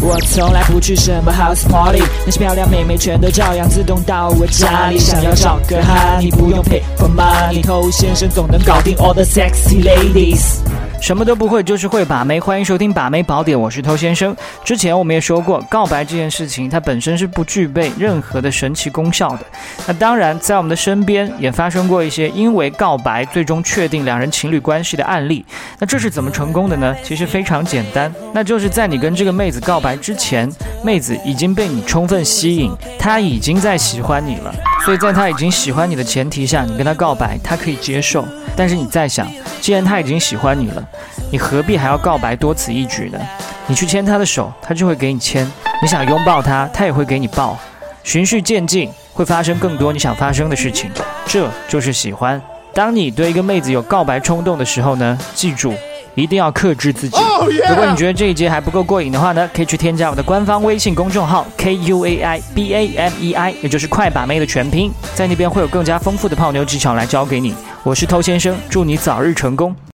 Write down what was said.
我从来不去什么 house party， 那些漂亮妹妹全都照样自动到我家里。想要找个哈，你不用 pay for money， 偷先生总能搞定 all the sexy ladies。 什么都不会就是会把妹，欢迎收听把妹宝典，我是偷先生。之前我们也说过，告白这件事情它本身是不具备任何的神奇功效的。那当然在我们的身边也发生过一些因为告白最终确定两人情侣关系的案例。那这是怎么成功的呢？其实非常简单，那就是在你跟这个妹子告白之前，妹子已经被你充分吸引，她已经在喜欢你了。所以在她已经喜欢你的前提下，你跟她告白她可以接受。但是你再想，既然她已经喜欢你了，你何必还要告白多此一举呢？你去牵她的手，她就会给你牵；你想拥抱她，她也会给你抱。循序渐进，会发生更多你想发生的事情，这就是喜欢。当你对一个妹子有告白冲动的时候呢，记住一定要克制自己。如果你觉得这一节还不够过瘾的话呢，可以去添加我的官方微信公众号 KUAIBAMEI， 也就是快把妹的全拼，在那边会有更加丰富的泡妞技巧来教给你。我是偷先生，祝你早日成功。